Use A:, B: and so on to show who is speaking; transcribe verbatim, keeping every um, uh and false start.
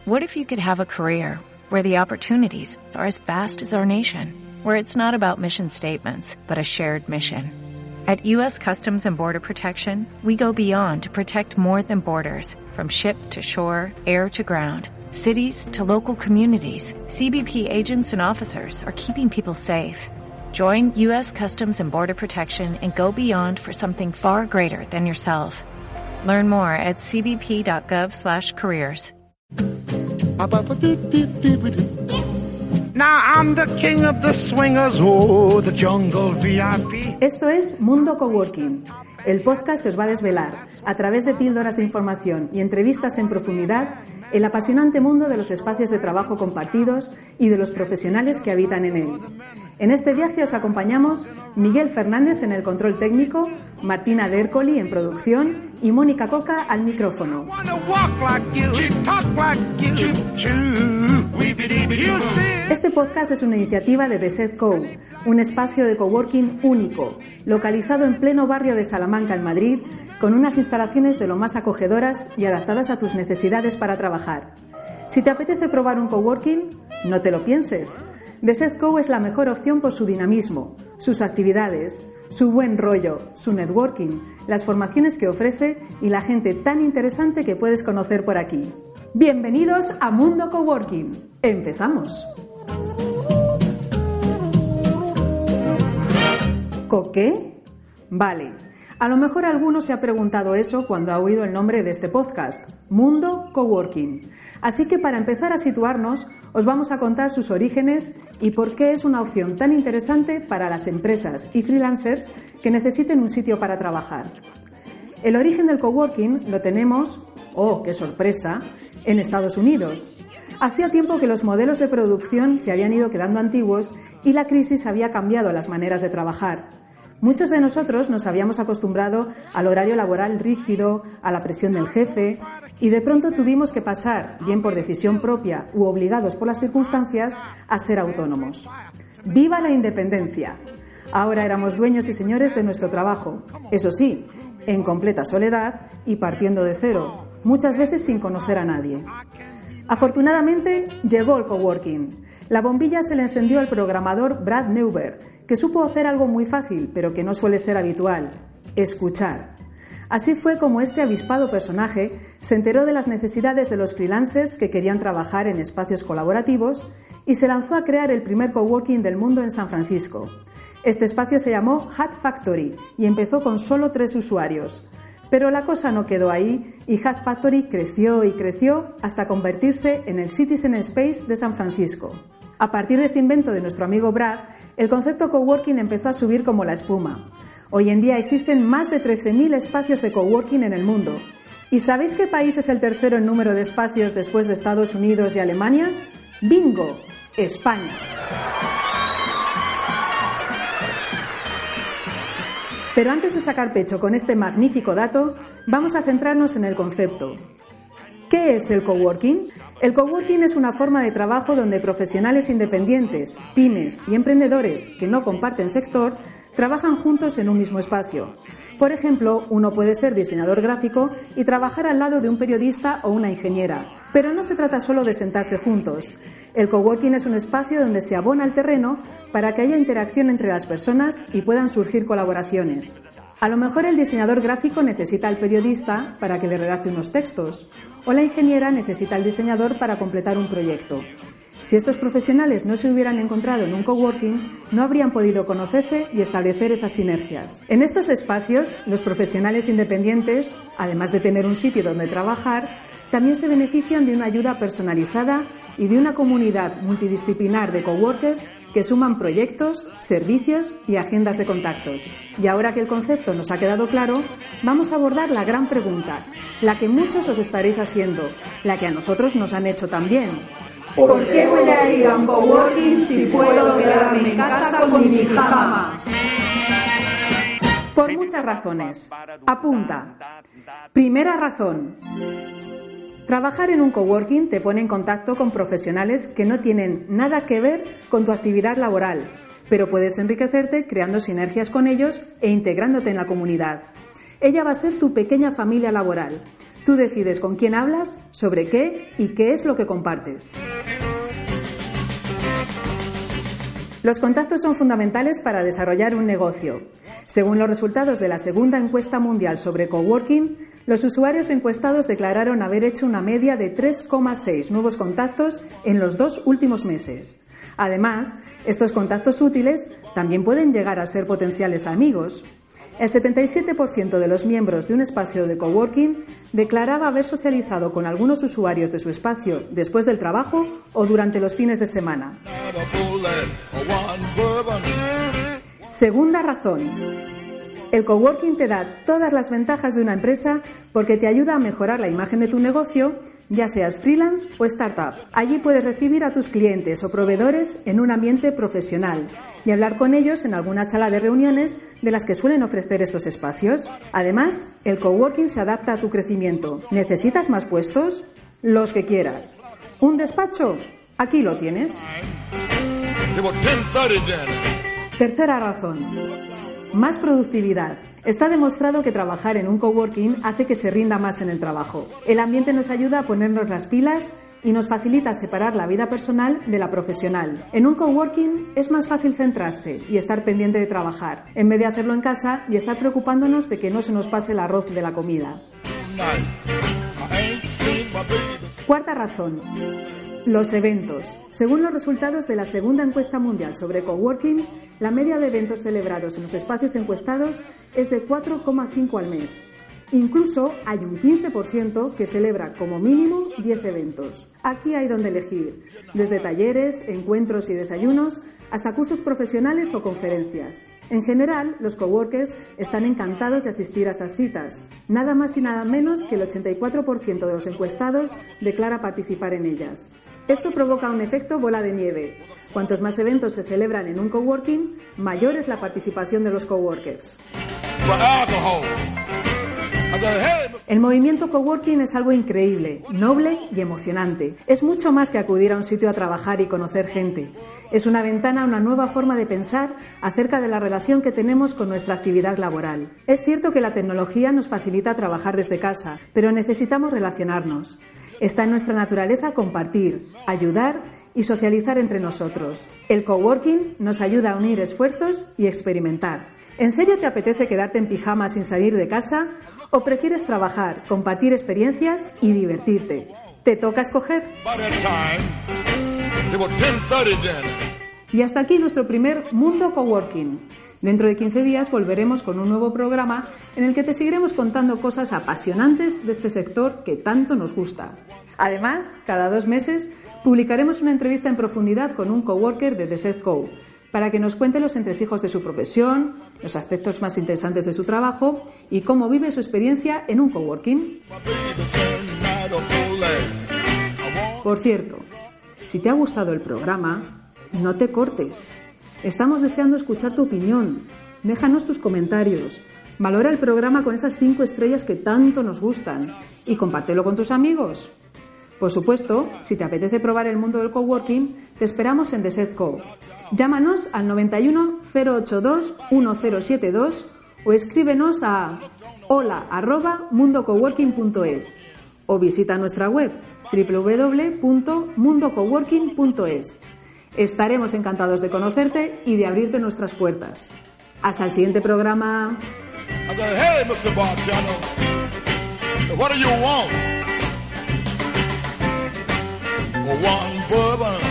A: What if you could have a career where the opportunities are as vast as our nation, where it's not about mission statements, but a shared mission? At U S Customs and Border Protection, we go beyond to protect more than borders, from ship to shore, air to ground, cities to local communities. C B P agents and officers are keeping people safe. Join U S Customs and Border Protection and go beyond for something far greater than yourself. Learn more at c b p dot gov slash careers.
B: Now I'm the king of the swingers, oh, the jungle V I P.
C: Esto es Mundo Coworking, el podcast que os va a desvelar, a través de píldoras de información y entrevistas en profundidad, el apasionante mundo de los espacios de trabajo compartidos y de los profesionales que habitan en él. En este viaje os acompañamos Miguel Fernández en el control técnico, Martina de Ercoli en producción y Mónica Coca al micrófono. Este podcast es una iniciativa de The Set Co, un espacio de coworking único, localizado en pleno barrio de Salamanca, en Madrid, con unas instalaciones de lo más acogedoras y adaptadas a tus necesidades para trabajar. Si te apetece probar un coworking, no te lo pienses. The Set Co es la mejor opción por su dinamismo, sus actividades, su buen rollo, su networking, las formaciones que ofrece y la gente tan interesante que puedes conocer por aquí. Bienvenidos a Mundo Coworking. ¡Empezamos! ¿Co qué? Vale. A lo mejor alguno se ha preguntado eso cuando ha oído el nombre de este podcast, Mundo Coworking. Así que para empezar a situarnos, os vamos a contar sus orígenes y por qué es una opción tan interesante para las empresas y freelancers que necesiten un sitio para trabajar. El origen del coworking lo tenemos, ¡oh, qué sorpresa!, en Estados Unidos. Hacía tiempo que los modelos de producción se habían ido quedando antiguos y la crisis había cambiado las maneras de trabajar. Muchos de nosotros nos habíamos acostumbrado al horario laboral rígido, a la presión del jefe, y de pronto tuvimos que pasar, bien por decisión propia u obligados por las circunstancias, a ser autónomos. ¡Viva la independencia! Ahora éramos dueños y señores de nuestro trabajo, eso sí, en completa soledad y partiendo de cero, muchas veces sin conocer a nadie. Afortunadamente, llegó el coworking. La bombilla se le encendió al programador Brad Neuberg, que supo hacer algo muy fácil, pero que no suele ser habitual: escuchar. Así fue como este avispado personaje se enteró de las necesidades de los freelancers que querían trabajar en espacios colaborativos y se lanzó a crear el primer coworking del mundo en San Francisco. Este espacio se llamó Hat Factory y empezó con solo tres usuarios. Pero la cosa no quedó ahí y Hat Factory creció y creció hasta convertirse en el Citizen Space de San Francisco. A partir de este invento de nuestro amigo Brad, el concepto coworking empezó a subir como la espuma. Hoy en día existen más de trece mil espacios de coworking en el mundo. ¿Y sabéis qué país es el tercero en número de espacios después de Estados Unidos y Alemania? ¡Bingo! España. Pero antes de sacar pecho con este magnífico dato, vamos a centrarnos en el concepto. ¿Qué es el coworking? El coworking es una forma de trabajo donde profesionales independientes, pymes y emprendedores que no comparten sector trabajan juntos en un mismo espacio. Por ejemplo, uno puede ser diseñador gráfico y trabajar al lado de un periodista o una ingeniera. Pero no se trata solo de sentarse juntos. El coworking es un espacio donde se abona el terreno para que haya interacción entre las personas y puedan surgir colaboraciones. A lo mejor el diseñador gráfico necesita al periodista para que le redacte unos textos, o la ingeniera necesita al diseñador para completar un proyecto. Si estos profesionales no se hubieran encontrado en un coworking, no habrían podido conocerse y establecer esas sinergias. En estos espacios, los profesionales independientes, además de tener un sitio donde trabajar, también se benefician de una ayuda personalizada y de una comunidad multidisciplinar de coworkers que suman proyectos, servicios y agendas de contactos. Y ahora que el concepto nos ha quedado claro, vamos a abordar la gran pregunta, la que muchos os estaréis haciendo, la que a nosotros nos han hecho también. ¿Por qué voy a ir a un coworking si puedo quedarme en casa con mi pijama? Por muchas razones. Apunta. Primera razón. Trabajar en un coworking te pone en contacto con profesionales que no tienen nada que ver con tu actividad laboral, pero puedes enriquecerte creando sinergias con ellos e integrándote en la comunidad. Ella va a ser tu pequeña familia laboral. Tú decides con quién hablas, sobre qué y qué es lo que compartes. Los contactos son fundamentales para desarrollar un negocio. Según los resultados de la segunda encuesta mundial sobre coworking, los usuarios encuestados declararon haber hecho una media de tres coma seis nuevos contactos en los dos últimos meses. Además, estos contactos útiles también pueden llegar a ser potenciales amigos. El setenta y siete por ciento de los miembros de un espacio de coworking declaraba haber socializado con algunos usuarios de su espacio después del trabajo o durante los fines de semana. Segunda razón. El coworking te da todas las ventajas de una empresa porque te ayuda a mejorar la imagen de tu negocio, ya seas freelance o startup. Allí puedes recibir a tus clientes o proveedores en un ambiente profesional y hablar con ellos en alguna sala de reuniones de las que suelen ofrecer estos espacios. Además, el coworking se adapta a tu crecimiento. ¿Necesitas más puestos? Los que quieras. ¿Un despacho? Aquí lo tienes. Tercera razón. Más productividad. Está demostrado que trabajar en un coworking hace que se rinda más en el trabajo. El ambiente nos ayuda a ponernos las pilas y nos facilita separar la vida personal de la profesional. En un coworking es más fácil centrarse y estar pendiente de trabajar, en vez de hacerlo en casa y estar preocupándonos de que no se nos pase el arroz de la comida. Cuarta razón. Los eventos. Según los resultados de la segunda encuesta mundial sobre coworking, la media de eventos celebrados en los espacios encuestados es de cuatro coma cinco al mes. Incluso hay un quince por ciento que celebra como mínimo diez eventos. Aquí hay donde elegir, desde talleres, encuentros y desayunos, hasta cursos profesionales o conferencias. En general, los coworkers están encantados de asistir a estas citas. Nada más y nada menos que el ochenta y cuatro por ciento de los encuestados declara participar en ellas. Esto provoca un efecto bola de nieve. Cuantos más eventos se celebran en un coworking, mayor es la participación de los coworkers. El movimiento coworking es algo increíble, noble y emocionante. Es mucho más que acudir a un sitio a trabajar y conocer gente. Es una ventana a una nueva forma de pensar acerca de la relación que tenemos con nuestra actividad laboral. Es cierto que la tecnología nos facilita trabajar desde casa, pero necesitamos relacionarnos. Está en nuestra naturaleza compartir, ayudar y socializar entre nosotros. El coworking nos ayuda a unir esfuerzos y experimentar. ¿En serio te apetece quedarte en pijama sin salir de casa? ¿O prefieres trabajar, compartir experiencias y divertirte? Te toca escoger. Y hasta aquí nuestro primer Mundo Coworking. Dentro de quince días volveremos con un nuevo programa en el que te seguiremos contando cosas apasionantes de este sector que tanto nos gusta. Además, cada dos meses publicaremos una entrevista en profundidad con un coworker de DeSetCo para que nos cuente los entresijos de su profesión, los aspectos más interesantes de su trabajo y cómo vive su experiencia en un coworking. Por cierto, si te ha gustado el programa, no te cortes. Estamos deseando escuchar tu opinión. Déjanos tus comentarios. Valora el programa con esas cinco estrellas que tanto nos gustan y compártelo con tus amigos. Por supuesto, si te apetece probar el mundo del coworking, te esperamos en DeSetCo. Llámanos al noventa y uno, cero ochenta y dos, diez setenta y dos o escríbenos a hola arroba mundocoworking punto es o visita nuestra web doble u doble u doble u punto mundo coworking punto es. Estaremos encantados de conocerte y de abrirte nuestras puertas. Hasta el siguiente programa.
D: Hey, mister Bartender, what do you want? One bourbon.